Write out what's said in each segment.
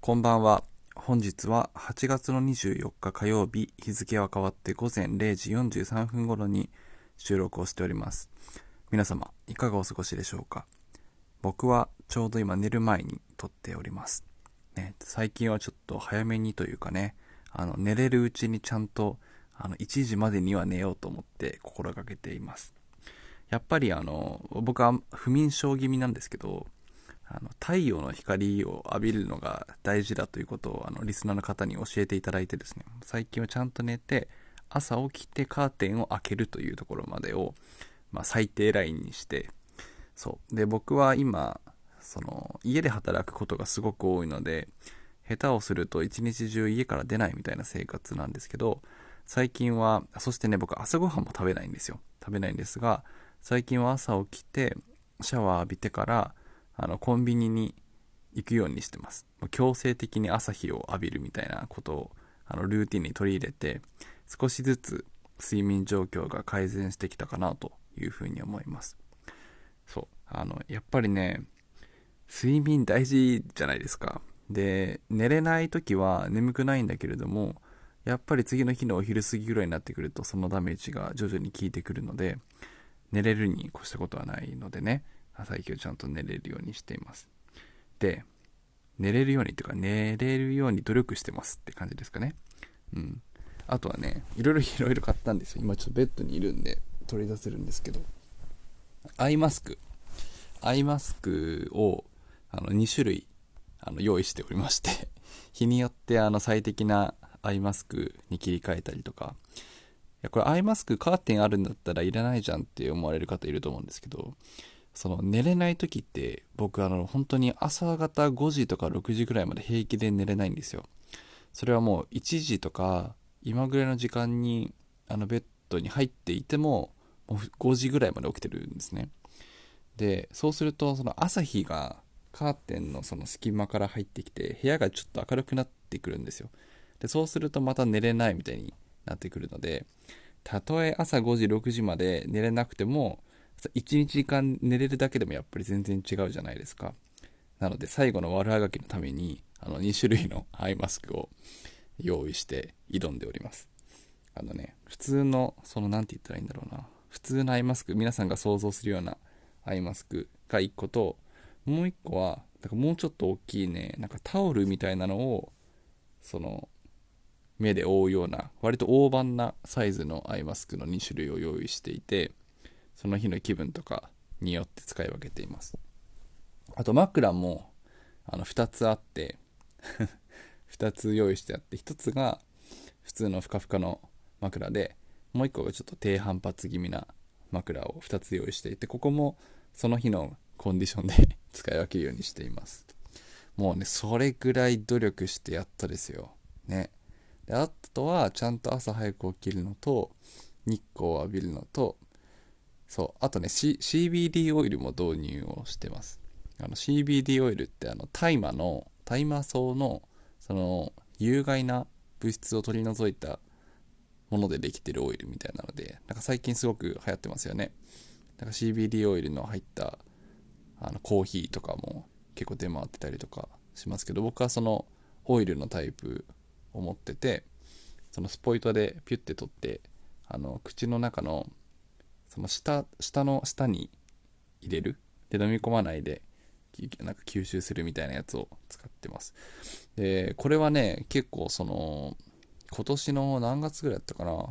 こんばんは。本日は8月の24日火曜日、日付は変わって午前0時43分頃に収録をしております。皆様、いかがお過ごしでしょうか。僕はちょうど今寝る前に撮っております。ね、最近はちょっと早めにというかね、寝れるうちにちゃんと1時までには寝ようと思って心がけています。やっぱり僕は不眠症気味なんですけど、太陽の光を浴びるのが大事だということをリスナーの方に教えていただいてですね、最近はちゃんと寝て朝起きてカーテンを開けるというところまでを、最低ラインにして、そうで僕は今家で働くことがすごく多いので、下手をすると一日中家から出ないみたいな生活なんですけど、最近はそしてね、僕朝ごはんも食べないんですよ。食べないんですが、最近は朝起きてシャワー浴びてからコンビニに行くようにしてます。強制的に朝日を浴びるみたいなことをルーティンに取り入れて、少しずつ睡眠状況が改善してきたかなというふうに思います。やっぱりね、睡眠大事じゃないですか。で、寝れない時は眠くないんだけれども、やっぱり次の日のお昼過ぎぐらいになってくるとそのダメージが徐々に効いてくるので、寝れるに越したことはないのでね、最近はちゃんと寝れるようにしています。で、寝れるようにというか、寝れるように努力してますって感じですかね。うん。あとはね、いろいろ買ったんですよ。今ちょっとベッドにいるんで取り出せるんですけど、アイマスク。アイマスクを2種類用意しておりまして、日によって最適なアイマスクに切り替えたりとか、いやこれアイマスクカーテンあるんだったらいらないじゃんって思われる方いると思うんですけど、その寝れない時って僕本当に朝方5時とか6時ぐらいまで平気で寝れないんですよ。それはもう1時とか今ぐらいの時間にベッドに入っていてもう5時ぐらいまで起きてるんですね。でそうするとその朝日がカーテンのその隙間から入ってきて部屋がちょっと明るくなってくるんですよ。でそうするとまた寝れないみたいになってくるので、たとえ朝5時6時まで寝れなくても1日間寝れるだけでもやっぱり全然違うじゃないですか。なので最後の悪あがきのために2種類のアイマスクを用意して挑んでおります。普通のなんて言ったらいいんだろうな、普通のアイマスク、皆さんが想像するようなアイマスクが1個と、もう1個はだからもうちょっと大きいね、なんかタオルみたいなのをその目で覆うような割と大判なサイズのアイマスクの2種類を用意していて、その日の気分とかによって使い分けています。あと枕も2つあって2つ用意してあって、1つが普通のふかふかの枕で、もう1個がちょっと低反発気味な枕を2つ用意していて、ここもその日のコンディションで使い分けるようにしています。もうね、それぐらい努力してやったですよね。であとはちゃんと朝早く起きるのと、日光を浴びるのと、あとね、CBD オイルも導入をしてます。CBD オイルって大麻草のその有害な物質を取り除いたものでできてるオイルみたいなので、なんか最近すごく流行ってますよね。だから CBD オイルの入ったコーヒーとかも結構出回ってたりとかしますけど、僕はそのオイルのタイプを持ってて、そのスポイトでピュッて取って、口の中のその下の下に入れる。で飲み込まないでなんか吸収するみたいなやつを使ってます。でこれはね、結構今年の何月ぐらいだったかな、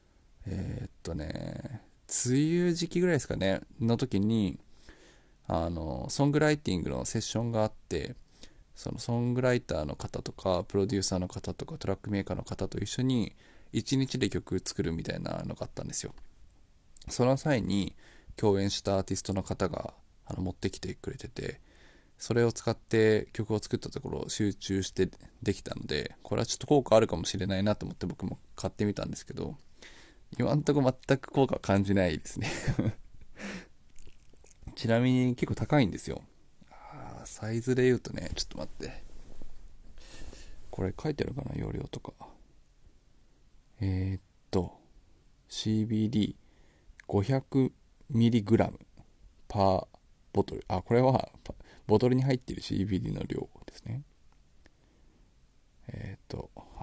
梅雨時期ぐらいですかねの時にソングライティングのセッションがあって、そのソングライターの方とかプロデューサーの方とかトラックメーカーの方と一緒に1日で曲作るみたいなのがあったんですよ。その際に共演したアーティストの方が持ってきてくれてて、それを使って曲を作ったところ集中してできたので、これはちょっと効果あるかもしれないなと思って僕も買ってみたんですけど、今んとこ全く効果は感じないですね。ちなみに結構高いんですよ。サイズで言うとね、ちょっと待って、これ書いてあるかな、容量とか。えー、っと CBD500mg パーボトル、これはボトルに入っている CBD の量ですね。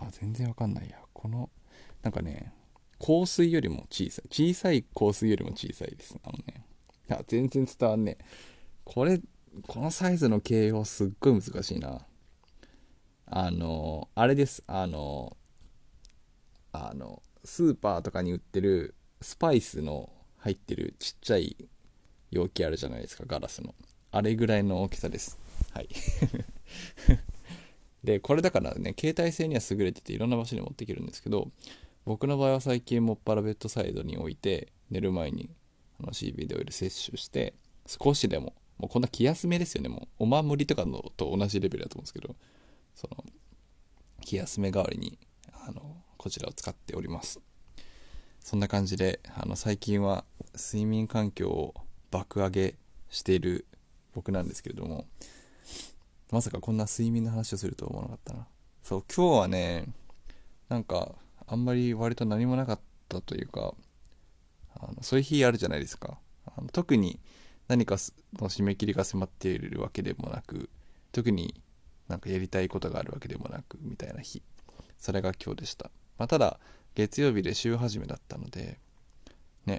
全然わかんないや。なんかね、香水よりも小さい香水よりも小さいです。全然伝わんねえ。このサイズの形容すっごい難しいな。あれです。スーパーとかに売ってるスパイスの入ってるちっちゃい容器あるじゃないですか、ガラスの。あれぐらいの大きさです。はい。で、これだからね、携帯性には優れてていろんな場所に持っていけるんですけど、僕の場合は最近もっぱらベッドサイドに置いて、寝る前にCBD オイル摂取して、少しでも、もうこんな気休めですよね。もうお守りとかのと同じレベルだと思うんですけど、その気休め代わりにこちらを使っております。そんな感じで最近は睡眠環境を爆上げしている僕なんですけれども、まさかこんな睡眠の話をするとは思わなかったな。そう、今日はね、なんかあんまり割と何もなかったというか、そういう日あるじゃないですか。特に何かの締め切りが迫っているわけでもなく、特になんかやりたいことがあるわけでもなくみたいな日、それが今日でした。ただ月曜日で週始めだったのでね、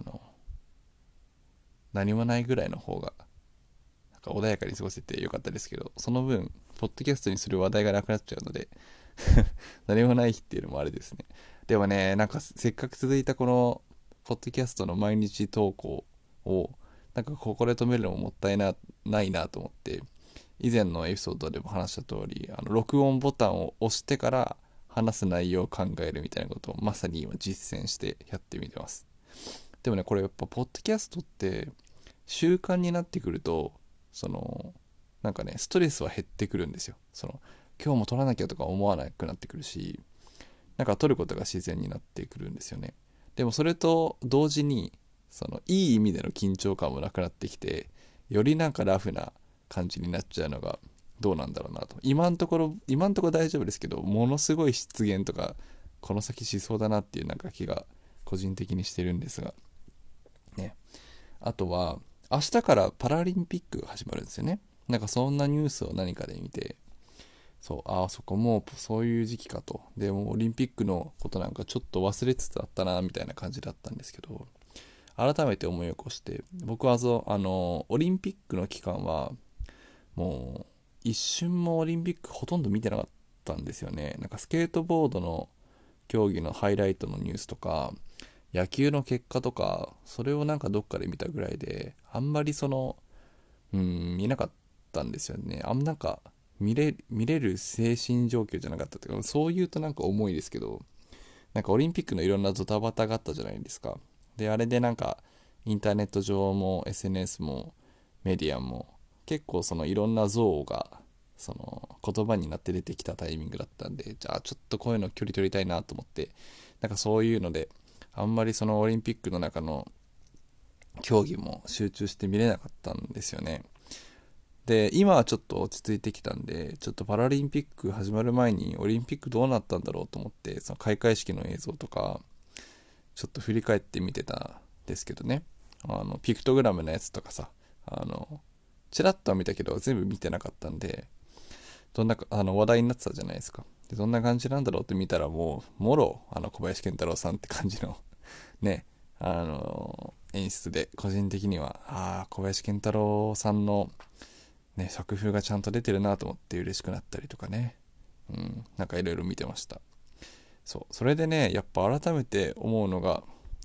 何もないぐらいの方がなんか穏やかに過ごせてよかったですけど、その分ポッドキャストにする話題がなくなっちゃうので何もない日っていうのもあれですね。でもね、なんかせっかく続いたこのポッドキャストの毎日投稿をなんかここで止めるのももったいないなと思って、以前のエピソードでも話した通り、録音ボタンを押してから話す内容を考えるみたいなことをまさに今実践してやってみてます。でもね、これやっぱポッドキャストって習慣になってくると、そのなんかね、ストレスは減ってくるんですよ。今日も撮らなきゃとか思わなくなってくるし、なんか撮ることが自然になってくるんですよね。でもそれと同時にいい意味での緊張感もなくなってきて、よりなんかラフな感じになっちゃうのがどうなんだろうなと。今のところ大丈夫ですけど、ものすごい失言とかこの先しそうだなっていうなんか気が個人的にしてるんですがね。あとは明日からパラリンピックが始まるんですよね。なんかそんなニュースを何かで見て、そこもうそういう時期かと。でもオリンピックのことなんかちょっと忘れつつあったなみたいな感じだったんですけど、改めて思い起こして、僕はオリンピックの期間はもう一瞬もオリンピックほとんど見てなかったんですよね。なんかスケートボードの競技のハイライトのニュースとか野球の結果とか、それをなんかどっかで見たぐらいで、あんまり見なかったんですよね。なんか見れる精神状況じゃなかったというか、そう言うとなんか重いですけど、なんかオリンピックのいろんなドタバタがあったじゃないですか。で、あれでなんかインターネット上も SNS もメディアも結構いろんな像が言葉になって出てきたタイミングだったんで、じゃあちょっとこういうの距離取りたいなと思って、なんかそういうのであんまりオリンピックの中の競技も集中して見れなかったんですよね。で、今はちょっと落ち着いてきたんで、ちょっとパラリンピック始まる前にオリンピックどうなったんだろうと思って、その開会式の映像とかちょっと振り返ってみてたんですけどね。ピクトグラムのやつとかさ、チラッとは見たけど全部見てなかったんで、どんな話題になってたじゃないですか。で、どんな感じなんだろうって見たら、もうもろ小林健太郎さんって感じのね、演出で、個人的には小林健太郎さんのね、作風がちゃんと出てるなと思って嬉しくなったりとかね。なんかいろいろ見てました。それでね、やっぱ改めて思うのが、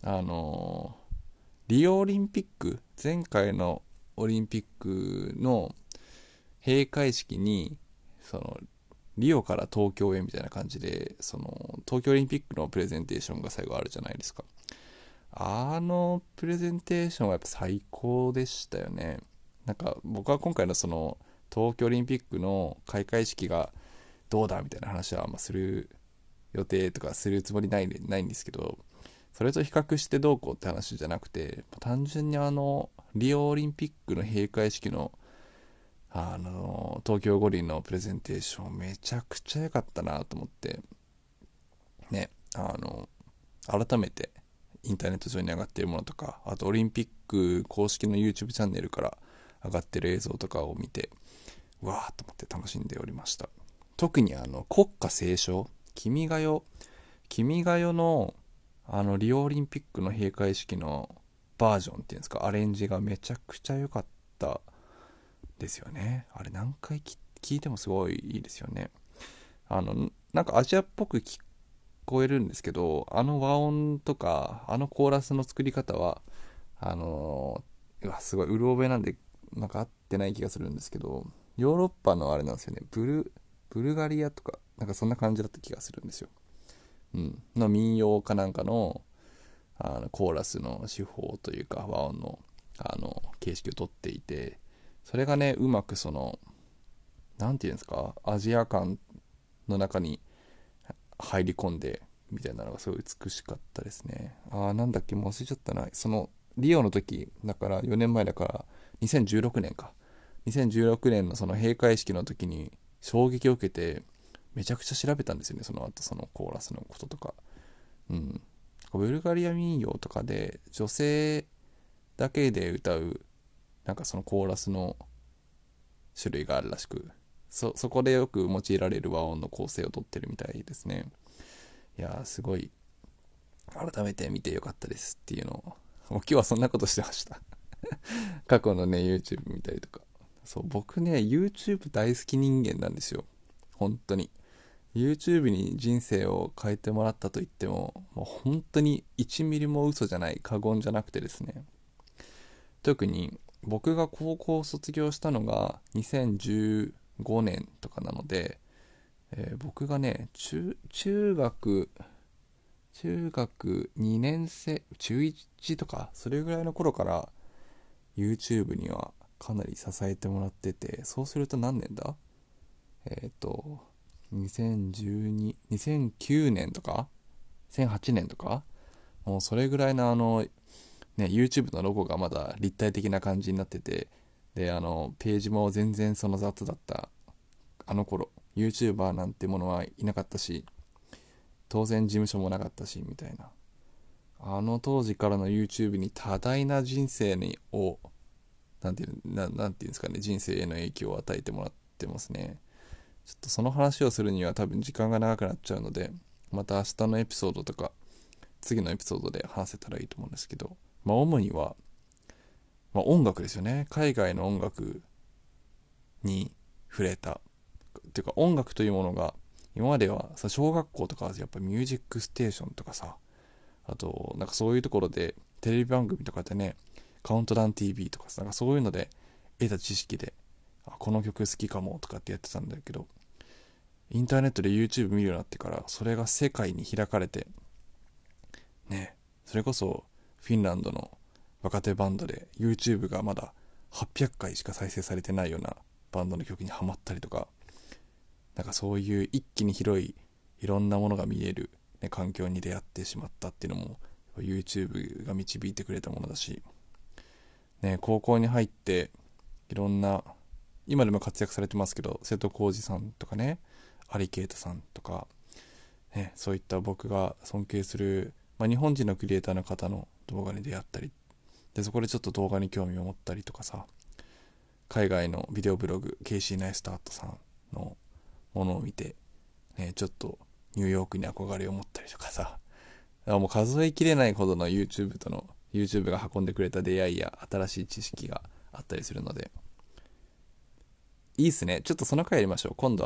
リオオリンピック、前回のオリンピックの閉会式に、リオから東京へみたいな感じで、東京オリンピックのプレゼンテーションが最後あるじゃないですか。プレゼンテーションはやっぱ最高でしたよね。なんか僕は今回の東京オリンピックの開会式がどうだみたいな話はする予定とかするつもりないんですけど、それと比較してどうこうって話じゃなくて、単純にリオオリンピックの閉会式の東京五輪のプレゼンテーションめちゃくちゃ良かったなと思ってね、改めてインターネット上に上がっているものとか、あとオリンピック公式の YouTube チャンネルから上がってる映像とかを見て、うわーと思って楽しんでおりました。特に国歌斉唱、 君が代のリオオリンピックの閉会式のバージョンっていうんですか、アレンジがめちゃくちゃ良かったですよね。あれ何回聞いてもすごいいいですよね。なんかアジアっぽく聞こえるんですけど、和音とかコーラスの作り方はすごいうる覚えなんでなんか合ってない気がするんですけど、ヨーロッパのあれなんですよね。ブルガリアとかなんかそんな感じだった気がするんですよ。の民謡かなんかのコーラスの手法というか和音の形式をとっていて、それがねうまくなんていうんですか、アジア感の中に入り込んでみたいなのがすごい美しかったですね。なんだっけ、もう忘れちゃったな。リオの時だから4年前だから2016年か。2016年のその閉会式の時に衝撃を受けてめちゃくちゃ調べたんですよね。その後そのコーラスのこととか。ブルガリア民謡とかで女性だけで歌うなんかそのコーラスの種類があるらしく、そこでよく用いられる和音の構成をとってるみたいですね。いやーすごい改めて見てよかったですっていうのを、もう今日はそんなことしてました。過去のね YouTube 見たりとか。そう僕ね YouTube 大好き人間なんですよ、本当に。 YouTube に人生を変えてもらったと言ってもう本当に1ミリも嘘じゃない、過言じゃなくてですね。特に僕が高校を卒業したのが2015年とかなので、僕がね中学2年生中1とかそれぐらいの頃から YouTube にはかなり支えてもらってて、そうすると何年だ、2012、2009年とか2008年とか、もうそれぐらいのYouTube のロゴがまだ立体的な感じになってて、でページも全然その雑だったあの頃、 YouTuber なんてものはいなかったし、当然事務所もなかったしみたいな、当時からの YouTube に多大な人生をなんていうんですかね、人生への影響を与えてもらってますね。ちょっとその話をするには多分時間が長くなっちゃうので、また明日のエピソードとか次のエピソードで話せたらいいと思うんですけど、主には、音楽ですよね。海外の音楽に触れたっていうか、音楽というものが今まではさ、小学校とかやっぱミュージックステーションとかさ、あとなんかそういうところでテレビ番組とかでね、カウントダウン TV とかさ、なんかそういうので得た知識で、この曲好きかもとかってやってたんだけど、インターネットで YouTube 見るようになってからそれが世界に開かれてね、それこそフィンランドの若手バンドで YouTube がまだ800回しか再生されてないようなバンドの曲にハマったりとか、なんかそういう一気に広いいろんなものが見える、ね、環境に出会ってしまったっていうのも YouTube が導いてくれたものだし、ね、高校に入っていろんな、今でも活躍されてますけど瀬戸康史さんとかね、有啓太さんとか、ね、そういった僕が尊敬する、日本人のクリエイターの方の動画に出会ったりで、そこでちょっと動画に興味を持ったりとかさ、海外のビデオブログケイシー・ナイスタートさんのものを見て、ちょっとニューヨークに憧れを持ったりとかさ、もう数えきれないほどの YouTube が運んでくれた出会いや新しい知識があったりするので、いいっすね。ちょっとその回やりましょう。今度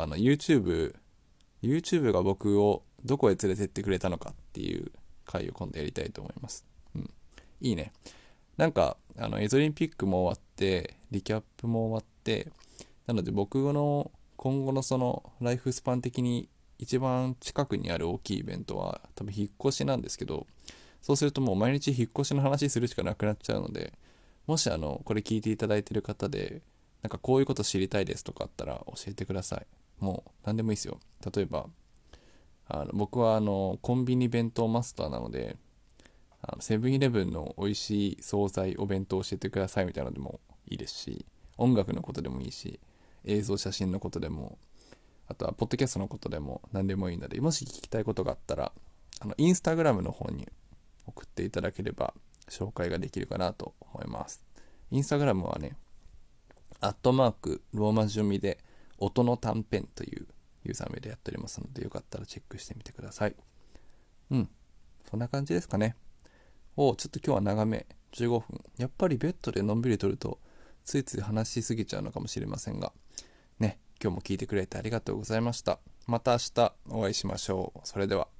YouTube が僕をどこへ連れてってくれたのかっていう回を今度やりたいと思います。いいね。なんかエゾリンピックも終わってリキャップも終わって、なので僕の今後のそのライフスパン的に一番近くにある大きいイベントは多分引っ越しなんですけど、そうするともう毎日引っ越しの話するしかなくなっちゃうので、もしこれ聞いていただいている方でなんかこういうこと知りたいですとかあったら教えてください。もう何でもいいですよ。例えば僕はコンビニ弁当マスターなので、セブンイレブンの美味しい惣菜お弁当教えてくださいみたいなのでもいいですし、音楽のことでもいいし、映像写真のことでも、あとはポッドキャストのことでも何でもいいので、もし聞きたいことがあったらインスタグラムの方に送っていただければ紹介ができるかなと思います。インスタグラムはね、アットマークローマ字読みで音の短編というユーザー名でやっておりますので、よかったらチェックしてみてください。そんな感じですかね。ちょっと今日は長め、15分。やっぱりベッドでのんびり撮るとついつい話しすぎちゃうのかもしれませんがね、今日も聞いてくれてありがとうございました。また明日お会いしましょう。それでは。